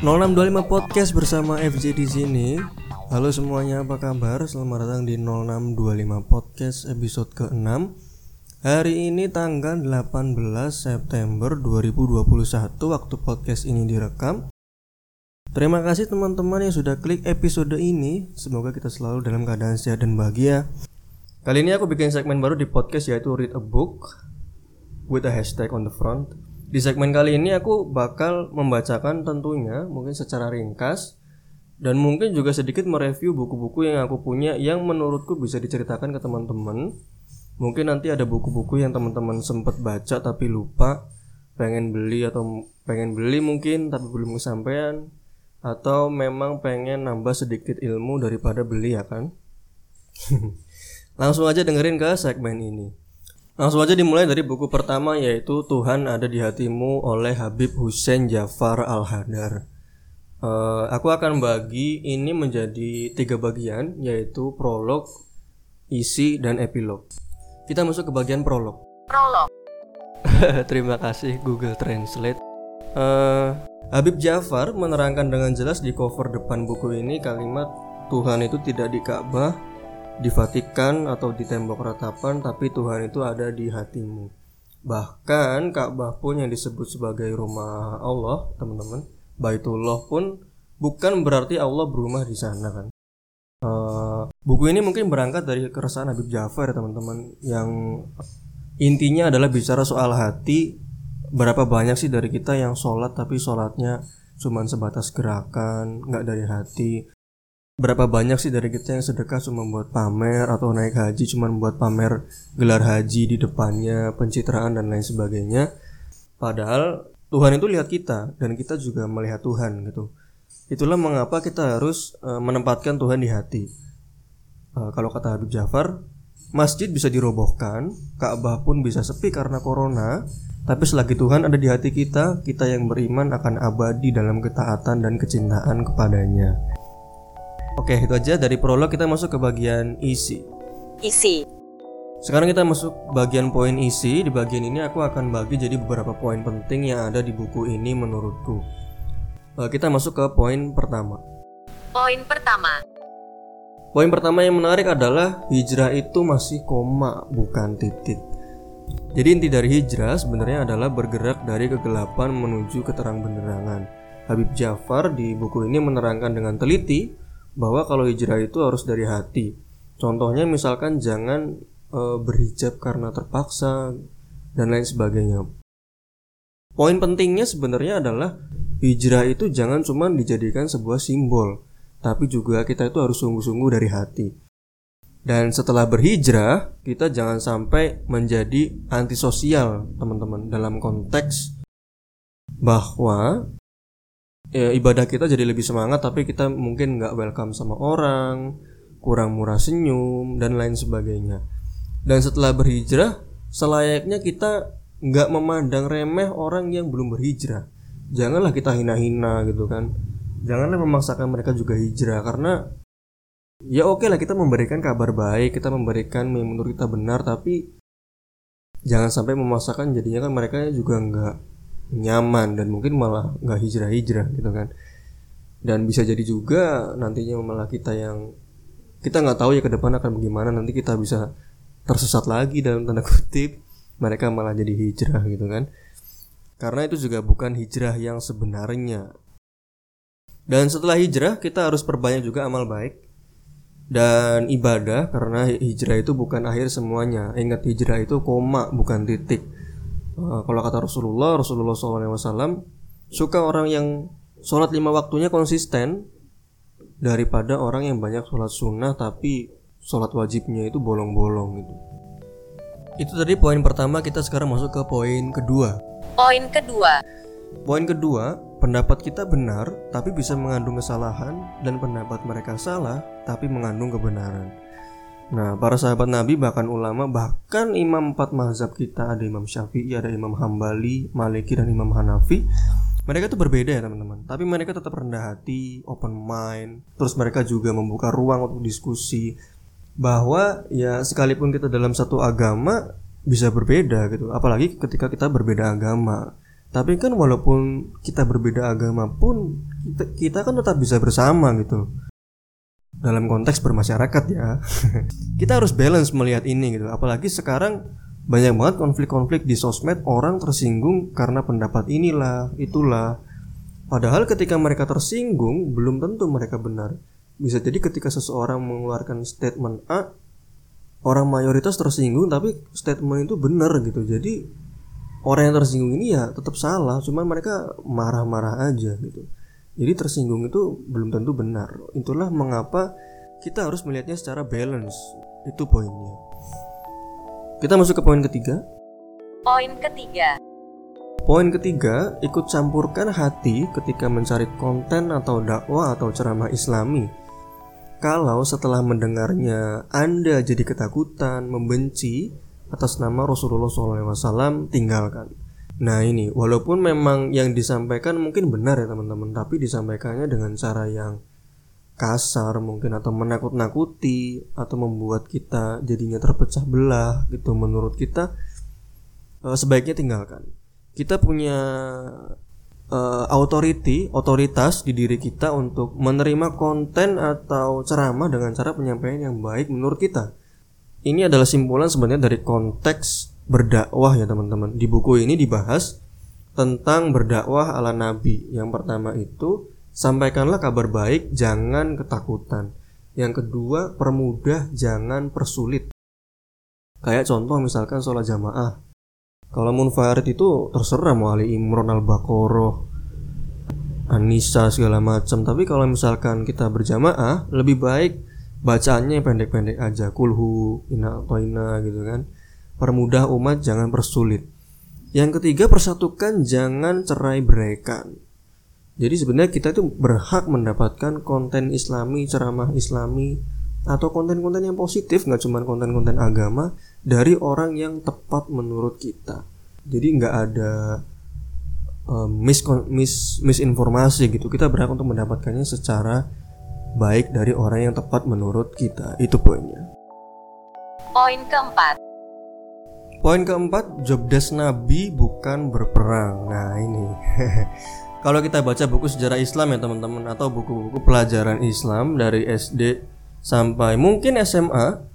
0625 Podcast bersama FJ di sini. Halo semuanya, apa kabar? Selamat datang di 0625 Podcast episode ke-6. Hari ini tanggal 18 September 2021 waktu podcast ini direkam. Terima kasih teman-teman yang sudah klik episode ini. Semoga kita selalu dalam keadaan sehat dan bahagia. Kali ini aku bikin segmen baru di podcast, yaitu Read a Book with a hashtag on the front. Di segmen kali ini aku bakal membacakan tentunya mungkin secara ringkas dan mungkin juga sedikit mereview buku-buku yang aku punya yang menurutku bisa diceritakan ke teman-teman. Mungkin nanti ada buku-buku yang teman-teman sempat baca tapi lupa, pengen beli mungkin tapi belum kesampaian, atau memang pengen nambah sedikit ilmu daripada beli, ya kan? Langsung aja dengerin ke segmen ini. Langsung aja dimulai dari buku pertama, yaitu Tuhan Ada di Hatimu oleh Habib Hussein Jafar Al-Hadar. Aku akan bagi ini menjadi 3 bagian, yaitu prolog, isi, dan epilog. Kita masuk ke bagian prolog. Terima kasih Google Translate. Habib Jafar menerangkan dengan jelas di cover depan buku ini kalimat Tuhan itu tidak di Ka'bah, di Vatikan atau di tembok ratapan, tapi Tuhan itu ada di hatimu. Bahkan Ka'bah pun yang disebut sebagai rumah Allah, teman-teman, Baitullah pun bukan berarti Allah berumah di sana, kan. Buku ini mungkin berangkat dari keresahan Habib Jafar, ya, teman-teman, yang intinya adalah bicara soal hati. Berapa banyak sih dari kita yang sholat tapi sholatnya cuma sebatas gerakan, nggak dari hati. Berapa banyak sih dari kita yang sedekah cuma buat pamer, atau naik haji cuma buat pamer gelar haji di depannya, pencitraan dan lain sebagainya. Padahal Tuhan itu lihat kita dan kita juga melihat Tuhan, gitu. Itulah mengapa kita harus menempatkan Tuhan di hati. Kalau kata Habib Jafar, masjid bisa dirobohkan, Ka'bah pun bisa sepi karena corona, tapi selagi Tuhan ada di hati kita, kita yang beriman akan abadi dalam ketaatan dan kecintaan kepadanya. Oke, itu aja dari prolog. Kita masuk ke bagian isi. Sekarang kita masuk bagian poin isi. Di bagian ini aku akan bagi jadi beberapa poin penting yang ada di buku ini menurutku. Kita masuk ke poin pertama. Poin pertama yang menarik adalah hijrah itu masih koma, bukan titik. Jadi inti dari hijrah sebenarnya adalah bergerak dari kegelapan menuju keterang benderangan. Habib Jafar di buku ini menerangkan dengan teliti bahwa kalau hijrah itu harus dari hati. Contohnya misalkan jangan berhijab karena terpaksa dan lain sebagainya. Poin pentingnya sebenarnya adalah hijrah itu jangan cuma dijadikan sebuah simbol, tapi juga kita itu harus sungguh-sungguh dari hati. Dan setelah berhijrah, kita jangan sampai menjadi antisosial, teman-teman, dalam konteks bahwa ibadah kita jadi lebih semangat tapi kita mungkin gak welcome sama orang, kurang murah senyum, dan lain sebagainya. Dan setelah berhijrah, selayaknya kita gak memandang remeh orang yang belum berhijrah. Janganlah kita hina-hina, gitu kan. Janganlah memaksakan mereka juga hijrah, karena ya oke lah kita memberikan kabar baik, kita memberikan yang menurut kita benar, tapi jangan sampai memaksakan, jadinya kan mereka juga gak nyaman dan mungkin malah nggak hijrah gitu kan. Dan bisa jadi juga nantinya malah kita yang kita nggak tahu ya ke depan akan bagaimana, nanti kita bisa tersesat lagi dalam tanda kutip, mereka malah jadi hijrah gitu kan. Karena itu juga bukan hijrah yang sebenarnya. Dan setelah hijrah kita harus perbanyak juga amal baik dan ibadah, karena hijrah itu bukan akhir semuanya. Ingat, hijrah itu koma, bukan titik. Kalau kata Rasulullah SAW, suka orang yang sholat 5 waktunya konsisten daripada orang yang banyak sholat sunnah tapi sholat wajibnya itu bolong-bolong gitu. Itu tadi poin pertama. Kita sekarang masuk ke poin kedua. Poin kedua, pendapat kita benar tapi bisa mengandung kesalahan, dan pendapat mereka salah tapi mengandung kebenaran. Nah, para sahabat Nabi, bahkan ulama, bahkan imam 4 mazhab kita, ada Imam Syafi'i, ada Imam Hambali, Maliki, dan Imam Hanafi, mereka itu berbeda ya teman-teman. Tapi mereka tetap rendah hati, open mind. Terus mereka juga membuka ruang untuk diskusi, bahwa ya sekalipun kita dalam satu agama bisa berbeda gitu. Apalagi ketika kita berbeda agama, Tapi kan walaupun kita berbeda agama pun kita kan tetap bisa bersama gitu. Dalam konteks bermasyarakat ya. Kita harus balance melihat ini gitu. Apalagi sekarang banyak banget konflik-konflik di sosmed, orang tersinggung karena pendapat inilah, itulah. Padahal ketika mereka tersinggung belum tentu mereka benar. Bisa jadi ketika seseorang mengeluarkan statement A, orang mayoritas tersinggung tapi statement itu benar gitu. Jadi orang yang tersinggung ini ya tetap salah, cuman mereka marah-marah aja gitu. Jadi tersinggung itu belum tentu benar. Itulah mengapa kita harus melihatnya secara balance. Itu poinnya. Kita masuk ke poin ketiga. Poin ketiga, ikut campurkan hati ketika mencari konten atau dakwah atau ceramah Islami. Kalau setelah mendengarnya Anda jadi ketakutan, membenci atas nama Rasulullah SAW, tinggalkan. Nah ini, walaupun memang yang disampaikan mungkin benar ya teman-teman, tapi disampaikannya dengan cara yang kasar mungkin, atau menakut-nakuti, atau membuat kita jadinya terpecah belah gitu. Menurut kita sebaiknya tinggalkan. Kita punya otoritas di diri kita untuk menerima konten atau ceramah dengan cara penyampaian yang baik menurut kita. Ini adalah simpulan sebenarnya dari konteks berdakwah ya teman-teman. Di buku ini dibahas tentang berdakwah ala Nabi. Yang pertama itu, sampaikanlah kabar baik, jangan ketakutan. Yang kedua, permudah, jangan persulit. Kayak contoh misalkan sholat jamaah. Kalau munfarid itu terserah mau Ali Imran, Al-Baqarah, An-Nisa segala macam. Tapi kalau misalkan kita berjamaah, lebih baik bacaannya yang pendek-pendek aja. Kulhu, Inna Atoina gitu kan. Permudah umat, jangan persulit. Yang ketiga, persatukan, jangan cerai-beraikan. Jadi sebenarnya kita itu berhak mendapatkan konten Islami, ceramah Islami, atau konten-konten yang positif, nggak cuma konten-konten agama, dari orang yang tepat menurut kita. Jadi nggak ada misinformasi gitu. Kita berhak untuk mendapatkannya secara baik dari orang yang tepat menurut kita. Itu poinnya. Poin keempat, jobdesk Nabi bukan berperang. Nah ini kalau kita baca buku sejarah Islam ya teman-teman, atau buku-buku pelajaran Islam dari SD sampai mungkin SMA,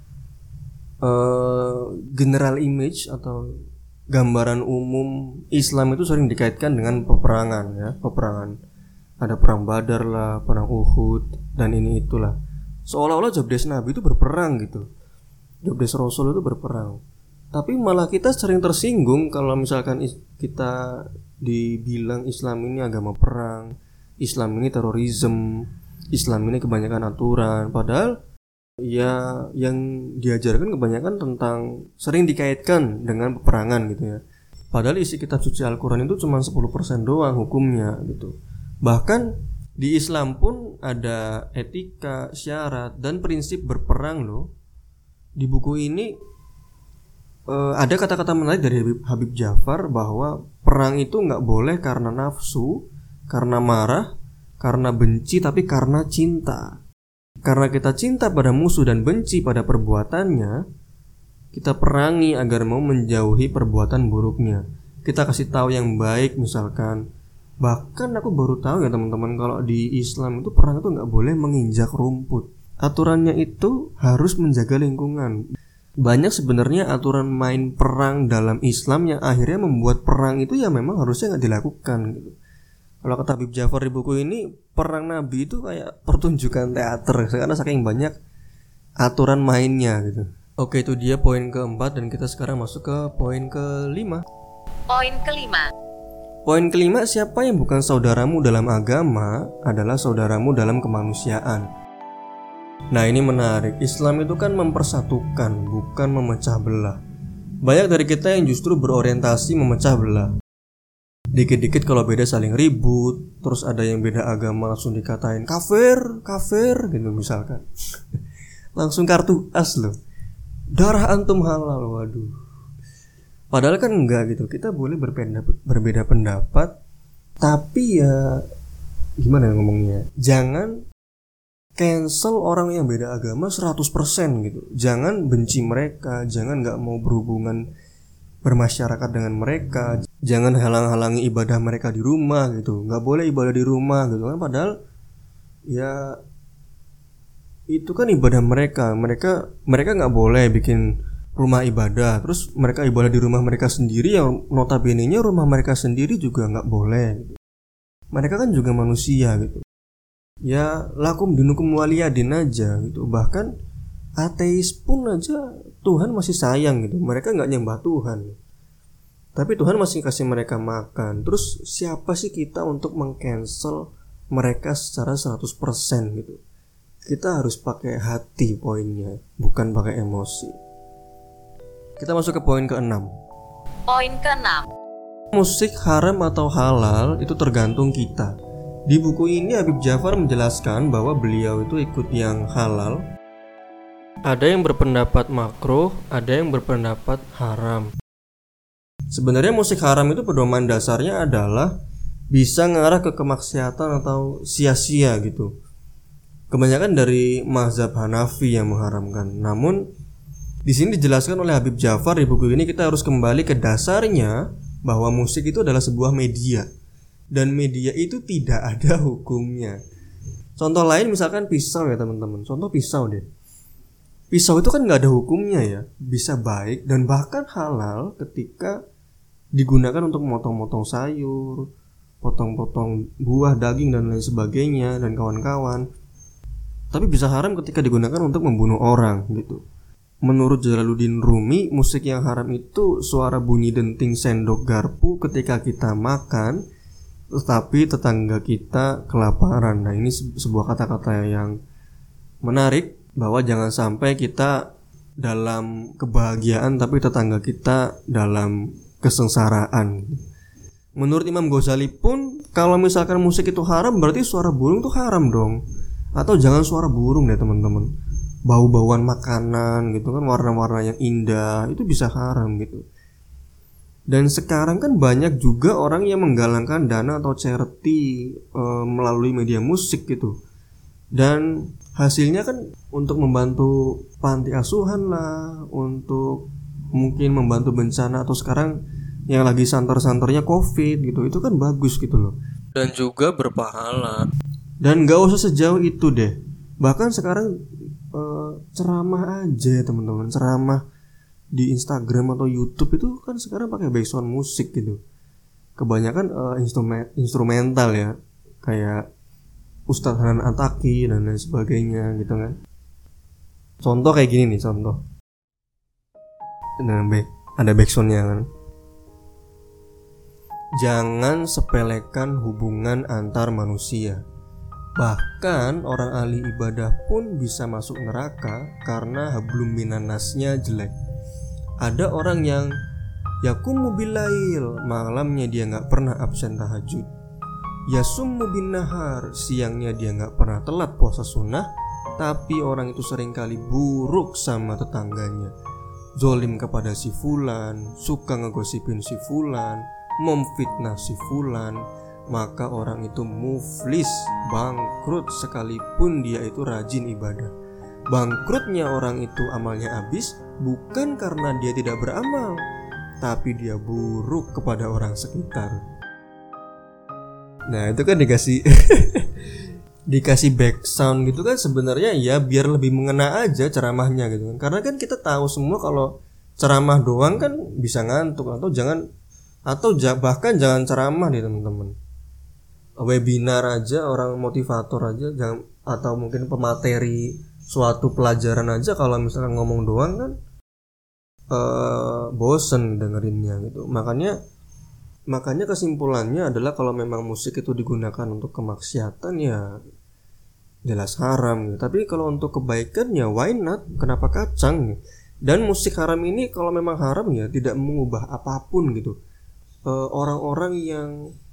general image atau gambaran umum Islam itu sering dikaitkan dengan peperangan ya. Peperangan, ada perang Badar lah, perang Uhud, dan ini itulah. Seolah-olah jobdesk Nabi itu berperang gitu, jobdesk Rasul itu berperang. Tapi malah kita sering tersinggung kalau misalkan kita dibilang Islam ini agama perang, Islam ini terorisme, Islam ini kebanyakan aturan. Padahal ya yang diajarkan kebanyakan tentang, sering dikaitkan dengan peperangan gitu ya. Padahal isi kitab suci Al-Quran itu cuma 10% doang hukumnya gitu. Bahkan di Islam pun ada etika, syarat, dan prinsip berperang loh. Di buku ini ada kata-kata menarik dari Habib Ja'far bahwa perang itu gak boleh karena nafsu, karena marah, karena benci, tapi karena cinta. Karena kita cinta pada musuh dan benci pada perbuatannya, kita perangi agar mau menjauhi perbuatan buruknya. Kita kasih tahu yang baik misalkan. Bahkan aku baru tahu ya teman-teman, kalau di Islam itu perang itu gak boleh menginjak rumput. Aturannya itu harus menjaga lingkungan. Banyak sebenarnya aturan main perang dalam Islam yang akhirnya membuat perang itu ya memang harusnya gak dilakukan gitu. Kalau kata Habib Ja'far di buku ini, perang Nabi itu kayak pertunjukan teater karena saking banyak aturan mainnya gitu. Oke, itu dia poin keempat, dan kita sekarang masuk ke poin kelima. Poin kelima, siapa yang bukan saudaramu dalam agama adalah saudaramu dalam kemanusiaan. Nah ini menarik, Islam itu kan mempersatukan, bukan memecah belah. Banyak dari kita yang justru berorientasi memecah belah. Dikit-dikit kalau beda saling ribut, terus ada yang beda agama langsung dikatain kafir gitu misalkan. Langsung kartu as loh, darah antum halal, waduh. Padahal kan enggak gitu, kita boleh berbeda pendapat, tapi ya gimana ngomongnya, jangan cancel orang yang beda agama 100% gitu. Jangan benci mereka, jangan gak mau berhubungan bermasyarakat dengan mereka. jangan halang-halangi ibadah mereka di rumah gitu, nggak boleh ibadah di rumah gitu kan, padahal ya itu kan ibadah mereka nggak boleh bikin rumah ibadah, terus mereka ibadah di rumah mereka sendiri yang notabene-nya rumah mereka sendiri juga nggak boleh gitu. Mereka kan juga manusia gitu ya, lakum dinukum waliyadin aja gitu. Bahkan ateis pun aja Tuhan masih sayang gitu, mereka nggak nyembah Tuhan tapi Tuhan masih kasih mereka makan. Terus siapa sih kita untuk meng-cancel mereka secara 100% gitu. Kita harus pakai hati poinnya, bukan pakai emosi. Kita masuk ke poin ke-6. Poin ke-6. Musik haram atau halal itu tergantung kita. Di buku ini Habib Ja'far menjelaskan bahwa beliau itu ikut yang halal. Ada yang berpendapat makruh, ada yang berpendapat haram. Sebenarnya musik haram itu pedoman dasarnya adalah bisa ngarah ke kemaksiatan atau sia-sia gitu. Kebanyakan dari mazhab Hanafi yang mengharamkan. Namun di sini dijelaskan oleh Habib Ja'far di buku ini kita harus kembali ke dasarnya bahwa musik itu adalah sebuah media dan media itu tidak ada hukumnya. Contoh lain misalkan pisau ya teman-teman. Contoh pisau deh. Pisau itu kan nggak ada hukumnya ya, bisa baik dan bahkan halal ketika digunakan untuk motong-motong sayur, potong-potong buah, daging dan lain sebagainya dan kawan-kawan. Tapi bisa haram ketika digunakan untuk membunuh orang gitu. Menurut Jalaluddin Rumi, musik yang haram itu suara bunyi denting sendok garpu ketika kita makan, tetapi tetangga kita kelaparan. Nah ini sebuah kata-kata yang menarik, bahwa jangan sampai kita dalam kebahagiaan tapi tetangga kita dalam kesengsaraan. Menurut Imam Ghazali pun kalau misalkan musik itu haram berarti suara burung itu haram dong. Atau jangan suara burung deh teman-teman, bau-bauan makanan gitu kan, warna-warna yang indah itu bisa haram gitu. Dan sekarang kan banyak juga orang yang menggalangkan dana atau charity melalui media musik gitu. Dan hasilnya kan untuk membantu panti asuhan lah, untuk mungkin membantu bencana atau sekarang yang lagi santer-santernya COVID gitu. Itu kan bagus gitu loh. Dan juga berpahala. Dan gak usah sejauh itu deh. Bahkan sekarang ceramah aja ya teman-teman. Ceramah di Instagram atau YouTube itu kan sekarang pakai background musik gitu. Kebanyakan instrumental ya, kayak Ustadz Hanan Ataki dan lain sebagainya gitu kan. Contoh kayak gini nih, contoh. Nah, ada backsoundnya kan. Jangan sepelekan hubungan antar manusia. Bahkan orang ahli ibadah pun bisa masuk neraka karena hablum minannasnya jelek. Ada orang yang yakumu bilail, malamnya dia gak pernah absen tahajud. Yasummu bin nahar, siangnya dia gak pernah telat puasa sunnah. Tapi orang itu seringkali buruk sama tetangganya, zolim kepada si fulan, suka ngegosipin si fulan, memfitnah si fulan. Maka orang itu muflis, bangkrut sekalipun dia itu rajin ibadah. Bangkrutnya orang itu amalnya habis bukan karena dia tidak beramal, tapi dia buruk kepada orang sekitar. Nah itu kan dikasih dikasih back sound gitu kan, sebenarnya ya biar lebih mengena aja ceramahnya gitu kan. Karena kan kita tahu semua kalau ceramah doang kan bisa ngantuk, atau bahkan jangan ceramah deh teman-teman. Webinar aja, orang motivator aja, atau mungkin pemateri suatu pelajaran aja, kalau misalnya ngomong doang kan bosen dengerinnya gitu. Makanya kesimpulannya adalah kalau memang musik itu digunakan untuk kemaksiatan ya jelas haram gitu. Tapi kalau untuk kebaikan ya why not, kenapa kacang. Dan musik haram ini kalau memang haram ya tidak mengubah apapun gitu. Orang-orang yang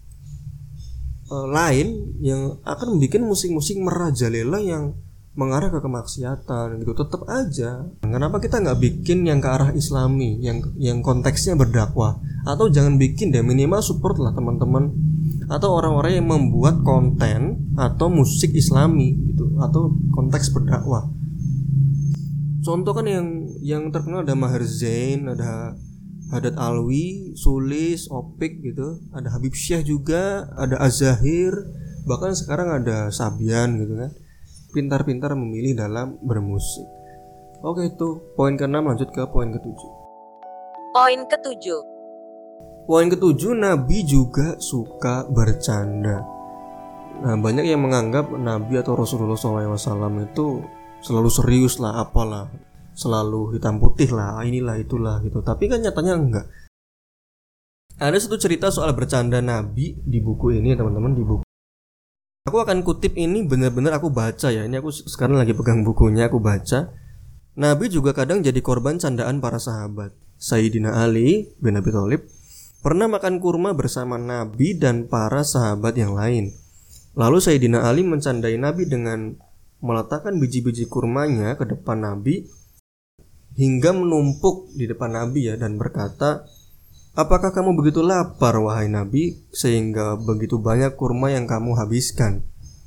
lain yang akan bikin musik-musik merajalela yang mengarah ke kemaksiatan gitu, tetap aja. Kenapa kita nggak bikin yang ke arah Islami, yang konteksnya berdakwah? Atau jangan bikin deh, minimal support lah teman-teman, atau orang-orang yang membuat konten atau musik Islami gitu, atau konteks berdakwah. Contoh kan yang terkenal ada Maher Zain, ada Haddad Alwi, Sulis, Opik gitu, ada Habib Syekh juga, ada Az-Zahir, bahkan sekarang ada Sabian gitu kan. Pintar-pintar memilih dalam bermusik. Oke, itu poin ke-6, lanjut ke poin ke-7. Poin ke-7. Poin ke-7, Nabi juga suka bercanda. Nah, banyak yang menganggap Nabi atau Rasulullah SAW itu selalu serius lah, apalah, selalu hitam putih lah, inilah itulah gitu. Tapi kan nyatanya enggak. Ada satu cerita soal bercanda Nabi di buku ini, teman-teman, di buku. Aku akan kutip ini, benar-benar aku baca ya. Ini aku sekarang lagi pegang bukunya, aku baca. Nabi juga kadang jadi korban candaan para sahabat. Sayyidina Ali bin Abi Thalib pernah makan kurma bersama Nabi dan para sahabat yang lain. Lalu Sayyidina Ali mencandai Nabi dengan meletakkan biji-biji kurmanya ke depan Nabi hingga menumpuk di depan Nabi ya, dan berkata, "Apakah kamu begitu lapar wahai Nabi sehingga begitu banyak kurma yang kamu habiskan?"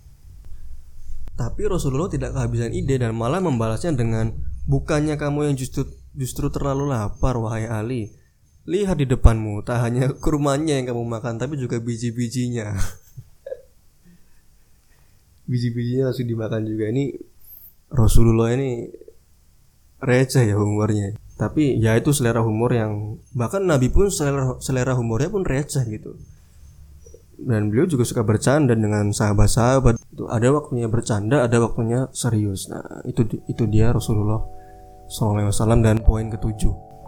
Tapi Rasulullah tidak kehabisan ide dan malah membalasnya dengan, "Bukannya kamu yang justru terlalu lapar wahai Ali? Lihat di depanmu, tak hanya kurmanya yang kamu makan tapi juga biji-bijinya." Biji-bijinya langsung dimakan juga. Ini Rasulullah ini receh ya humornya. Tapi ya itu selera humor yang bahkan Nabi pun selera humornya pun receh gitu. Dan beliau juga suka bercanda dengan sahabat-sahabat. Itu ada waktunya bercanda, ada waktunya serius. Nah, itu dia Rasulullah SAW. Dan poin ke-7.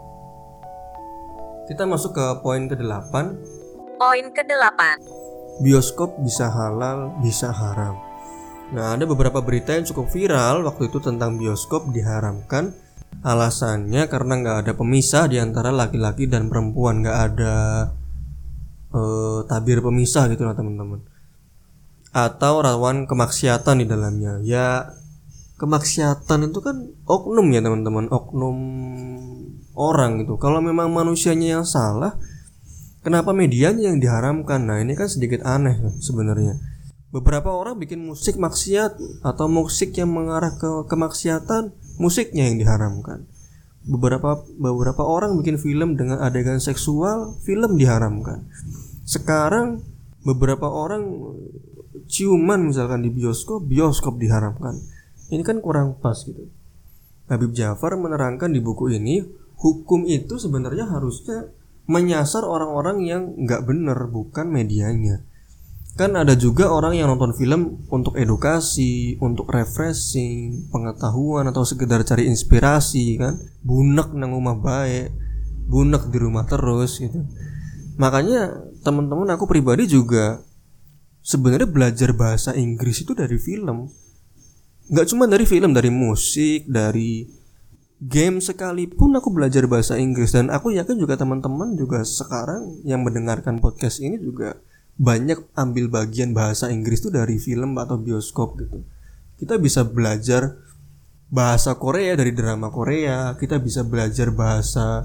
Kita masuk ke poin ke-8. Poin ke-8. Bioskop bisa halal, bisa haram. Nah, ada beberapa berita yang cukup viral waktu itu tentang bioskop diharamkan. Alasannya karena nggak ada pemisah di antara laki-laki dan perempuan, nggak ada tabir pemisah gitu lah teman-teman. Atau rawan kemaksiatan di dalamnya. Ya, kemaksiatan itu kan oknum ya teman-teman, oknum orang gitu. Kalau memang manusianya yang salah, kenapa medianya yang diharamkan? Nah, ini kan sedikit aneh sebenarnya. Beberapa orang bikin musik maksiat atau musik yang mengarah ke kemaksiatan, musiknya yang diharamkan. Beberapa orang bikin film dengan adegan seksual, film diharamkan. Sekarang beberapa orang ciuman misalkan di bioskop diharamkan. Ini kan kurang pas gitu. Habib Ja'far menerangkan di buku ini, hukum itu sebenarnya harusnya menyasar orang-orang yang nggak benar, bukan medianya. Kan ada juga orang yang nonton film untuk edukasi, untuk refreshing, pengetahuan, atau sekedar cari inspirasi kan. Bunek nang rumah baik, bunek di rumah terus gitu. Makanya teman-teman, aku pribadi juga sebenarnya belajar bahasa Inggris itu dari film. Gak cuma dari film, dari musik, dari game sekalipun aku belajar bahasa Inggris. Dan aku yakin juga teman-teman juga sekarang yang mendengarkan podcast ini juga banyak ambil bagian bahasa Inggris itu dari film atau bioskop gitu. Kita bisa belajar bahasa Korea dari drama Korea, kita bisa belajar bahasa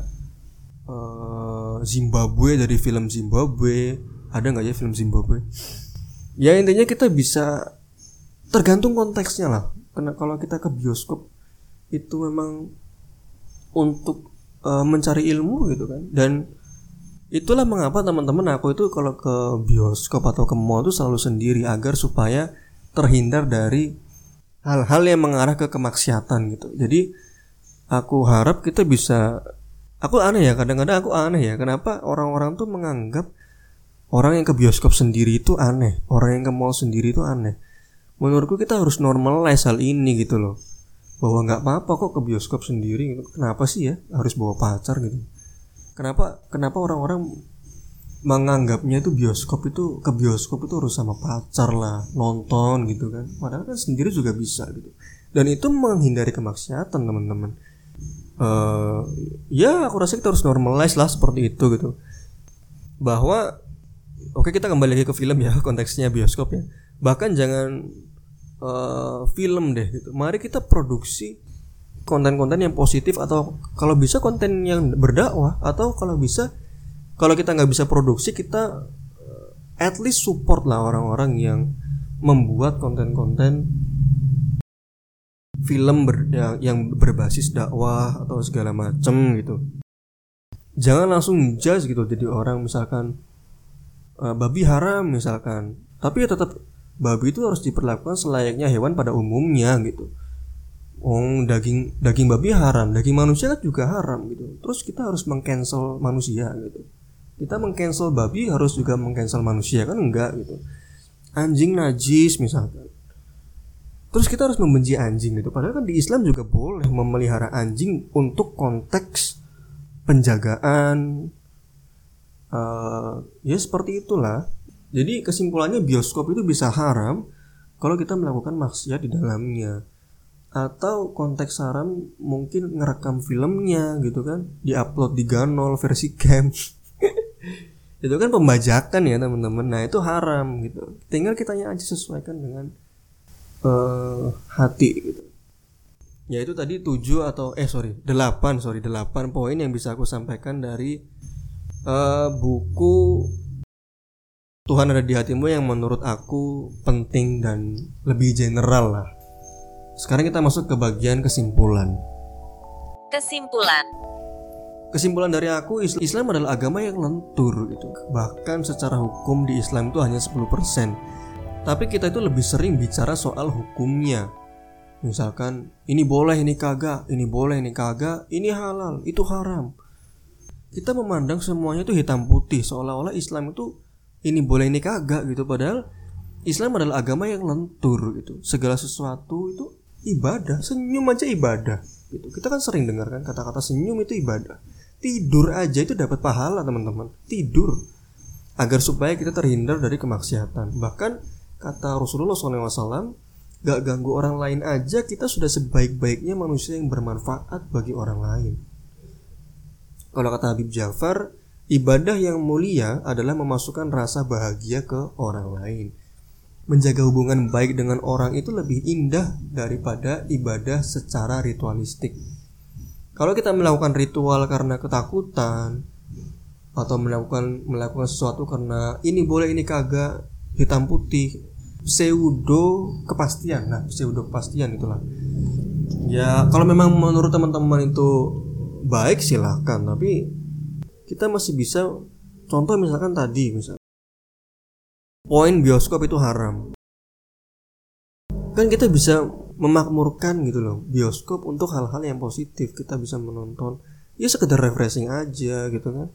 Zimbabwe dari film Zimbabwe. Ada nggak ya film Zimbabwe? Ya intinya kita bisa, tergantung konteksnya lah. Karena kalau kita ke bioskop itu memang untuk mencari ilmu gitu kan. Dan itulah mengapa teman-teman aku itu kalau ke bioskop atau ke mall itu selalu sendiri, agar supaya terhindar dari hal-hal yang mengarah ke kemaksiatan gitu. Jadi aku harap kita bisa, kadang-kadang aku aneh ya, kenapa orang-orang tuh menganggap orang yang ke bioskop sendiri itu aneh, orang yang ke mall sendiri itu aneh. Menurutku kita harus normalize hal ini gitu loh, bahwa nggak apa-apa kok ke bioskop sendiri gitu. Kenapa sih ya harus bawa pacar gitu? Kenapa orang-orang menganggapnya itu ke bioskop itu harus sama pacar lah, nonton gitu kan. Padahal kan sendiri juga bisa gitu. Dan itu menghindari kemaksiatan teman-teman. Ya aku rasa kita harus normalize lah seperti itu gitu. Bahwa oke, kita kembali lagi ke film ya, konteksnya bioskop ya. Bahkan jangan film deh gitu. Mari kita produksi konten-konten yang positif, atau kalau bisa konten yang berdakwah, atau kalau kita nggak bisa produksi, kita at least support lah orang-orang yang membuat konten-konten film yang berbasis dakwah atau segala macam gitu. Jangan langsung judge gitu. Jadi orang misalkan babi haram misalkan, tapi ya tetap babi itu harus diperlakukan selayaknya hewan pada umumnya gitu. Daging babi haram, daging manusia kan juga haram gitu. Terus kita harus meng-cancel manusia gitu. Kita meng-cancel babi harus juga meng-cancel manusia kan enggak gitu. Anjing najis misalkan. Terus kita harus membenci anjing gitu. Padahal kan di Islam juga boleh memelihara anjing untuk konteks penjagaan. Ya seperti itulah. Jadi kesimpulannya bioskop itu bisa haram kalau kita melakukan maksiat di dalamnya. Atau konteks haram mungkin ngerekam filmnya gitu kan, diupload di Ganol versi cam. Itu kan pembajakan ya teman-teman. Nah itu haram gitu. Tinggal kitanya aja sesuaikan dengan hati gitu. Ya itu tadi 8 poin yang bisa aku sampaikan dari buku Tuhan Ada di Hatimu yang menurut aku penting dan lebih general lah. Sekarang kita masuk ke bagian kesimpulan. Kesimpulan dari aku, Islam adalah agama yang lentur gitu. Bahkan secara hukum di Islam itu hanya 10%. Tapi kita itu lebih sering bicara soal hukumnya. Misalkan ini boleh, ini kagak, ini boleh, ini kagak, ini halal, itu haram. Kita memandang semuanya itu hitam putih, seolah-olah Islam itu ini boleh, ini kagak gitu. Padahal Islam adalah agama yang lentur gitu. Segala sesuatu itu ibadah, senyum aja ibadah gitu. Kita kan sering dengar kan kata-kata senyum itu ibadah. Tidur aja itu dapat pahala teman-teman. Tidur agar supaya kita terhindar dari kemaksiatan. Bahkan kata Rasulullah SAW, gak ganggu orang lain aja kita sudah sebaik-baiknya manusia yang bermanfaat bagi orang lain. Kalau kata Habib Ja'far, ibadah yang mulia adalah memasukkan rasa bahagia ke orang lain. Menjaga hubungan baik dengan orang itu lebih indah daripada ibadah secara ritualistik. Kalau kita melakukan ritual karena ketakutan atau melakukan sesuatu karena ini boleh ini kagak, hitam putih, pseudo kepastian itulah. Ya kalau memang menurut teman-teman itu baik silahkan, tapi kita masih bisa contoh misalkan tadi poin bioskop itu haram. Kan kita bisa memakmurkan gitu loh bioskop untuk hal-hal yang positif. Kita bisa menonton ya sekedar refreshing aja gitu kan.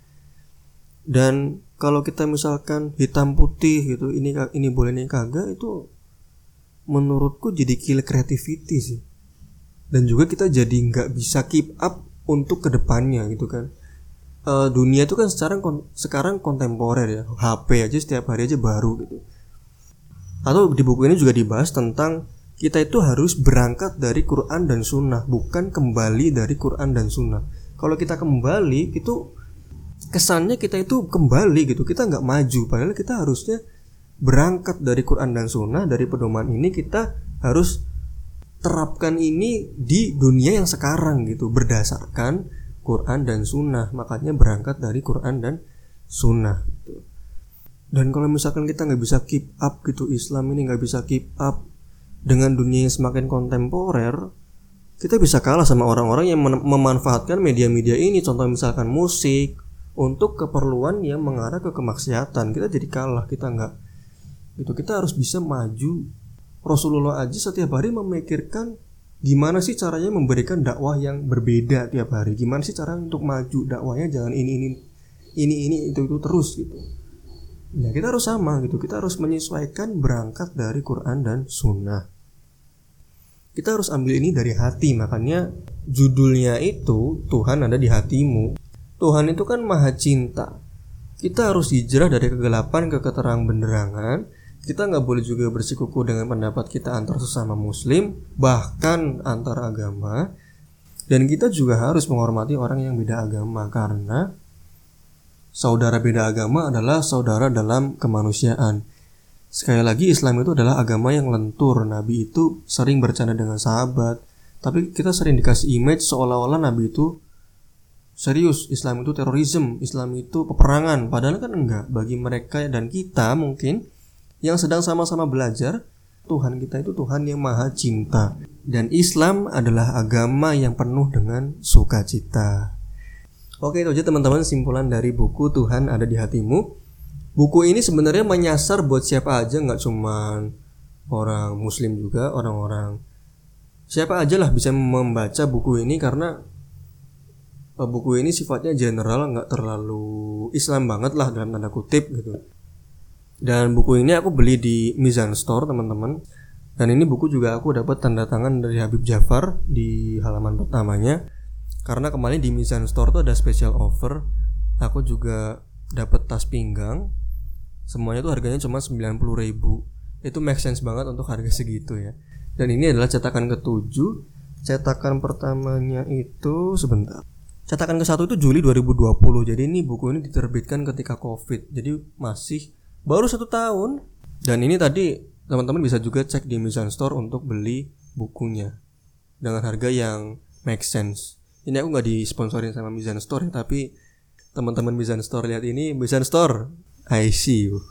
Dan kalau kita misalkan hitam putih gitu, ini boleh ini kagak, itu menurutku jadi kill creativity sih. Dan juga kita jadi nggak bisa keep up untuk kedepannya gitu kan. Dunia itu kan sekarang kontemporer ya, HP aja setiap hari aja baru gitu. Atau di buku ini juga dibahas tentang kita itu harus berangkat dari Quran dan Sunnah, bukan kembali dari Quran dan Sunnah. Kalau kita kembali itu kesannya kita itu kembali gitu, kita nggak maju. Padahal kita harusnya berangkat dari Quran dan Sunnah. Dari pedoman ini kita harus terapkan ini di dunia yang sekarang gitu, berdasarkan Quran dan Sunnah. Makanya berangkat dari Quran dan Sunnah gitu. Dan kalau misalkan kita nggak bisa keep up gitu, Islam ini nggak bisa keep up dengan dunia yang semakin kontemporer, kita bisa kalah sama orang-orang yang memanfaatkan media-media ini. Contoh misalkan musik untuk keperluan yang mengarah ke kemaksiatan, kita jadi kalah, kita nggak gitu. Kita harus bisa maju. Rasulullah aja setiap hari memikirkan gimana sih caranya memberikan dakwah yang berbeda tiap hari. Gimana sih cara untuk maju dakwahnya, jangan ini itu terus gitu. Nah kita harus sama gitu. Kita harus menyesuaikan berangkat dari Quran dan Sunnah. Kita harus ambil ini dari hati. Makanya judulnya itu Tuhan Ada di Hatimu. Tuhan itu kan maha cinta. Kita harus hijrah dari kegelapan ke keterang benderangan. Kita gak boleh juga bersikuku dengan pendapat kita antar sesama muslim, bahkan antar agama. Dan kita juga harus menghormati orang yang beda agama, karena saudara beda agama adalah saudara dalam kemanusiaan. Sekali lagi, Islam itu adalah agama yang lentur. Nabi itu sering bercanda dengan sahabat, tapi kita sering dikasih image seolah-olah Nabi itu serius, Islam itu terorisme, Islam itu peperangan. Padahal kan enggak. Bagi mereka dan kita mungkin yang sedang sama-sama belajar, Tuhan kita itu Tuhan yang maha cinta. Dan Islam adalah agama yang penuh dengan sukacita. Oke, itu aja teman-teman simpulan dari buku Tuhan Ada di Hatimu. Buku ini sebenarnya menyasar buat siapa aja, nggak cuman orang muslim juga, orang-orang siapa aja lah bisa membaca buku ini, karena buku ini sifatnya general, nggak terlalu Islam banget lah dalam tanda kutip gitu. Dan buku ini aku beli di Mizan Store teman-teman. Dan ini buku juga aku dapat tanda tangan dari Habib Jafar di halaman pertamanya. Karena kemarin di Mizan Store tuh ada special offer. Aku juga dapat tas pinggang. Semuanya tuh harganya cuma 90.000. Itu make sense banget untuk harga segitu ya. Dan ini adalah cetakan ke-7. Cetakan pertamanya itu sebentar. Cetakan ke-1 itu Juli 2020. Jadi ini buku ini diterbitkan ketika Covid. Jadi masih baru 1 tahun. Dan ini tadi teman-teman bisa juga cek di Mizan Store untuk beli bukunya dengan harga yang make sense. Ini aku gak disponsorin sama Mizan Store ya, tapi teman-teman Mizan Store lihat ini, Mizan Store, I see you.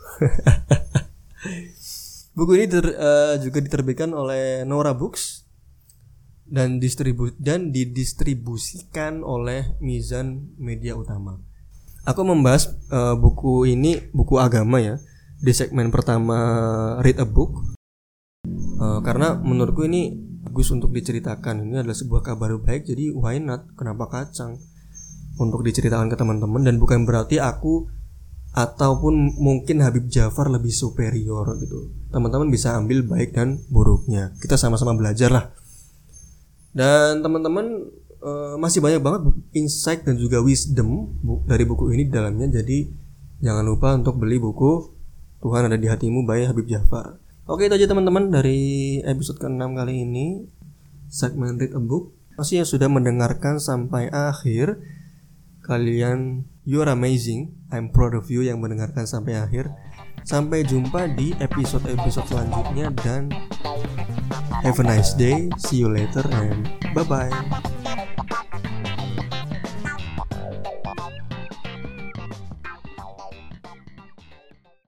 Buku ini juga diterbitkan oleh Nora Books dan didistribusikan oleh Mizan Media Utama. Aku membahas buku ini, buku agama ya, di segmen pertama Read a Book, karena menurutku ini bagus untuk diceritakan. Ini adalah sebuah kabar baik, jadi why not, kenapa kacang untuk diceritakan ke teman-teman. Dan bukan berarti aku ataupun mungkin Habib Jafar lebih superior gitu. Teman-teman bisa ambil baik dan buruknya, kita sama-sama belajar lah. Dan teman-teman masih banyak banget insight dan juga wisdom dari buku ini di dalamnya. Jadi jangan lupa untuk beli buku Tuhan Ada di Hatimu by Habib Jafar. Oke, itu aja teman-teman dari episode ke-6 kali ini, segmen Read a Book. Masih yang sudah mendengarkan sampai akhir, kalian you are amazing. I'm proud of you yang mendengarkan sampai akhir. Sampai jumpa di episode-episode selanjutnya dan have a nice day. See you later and bye-bye.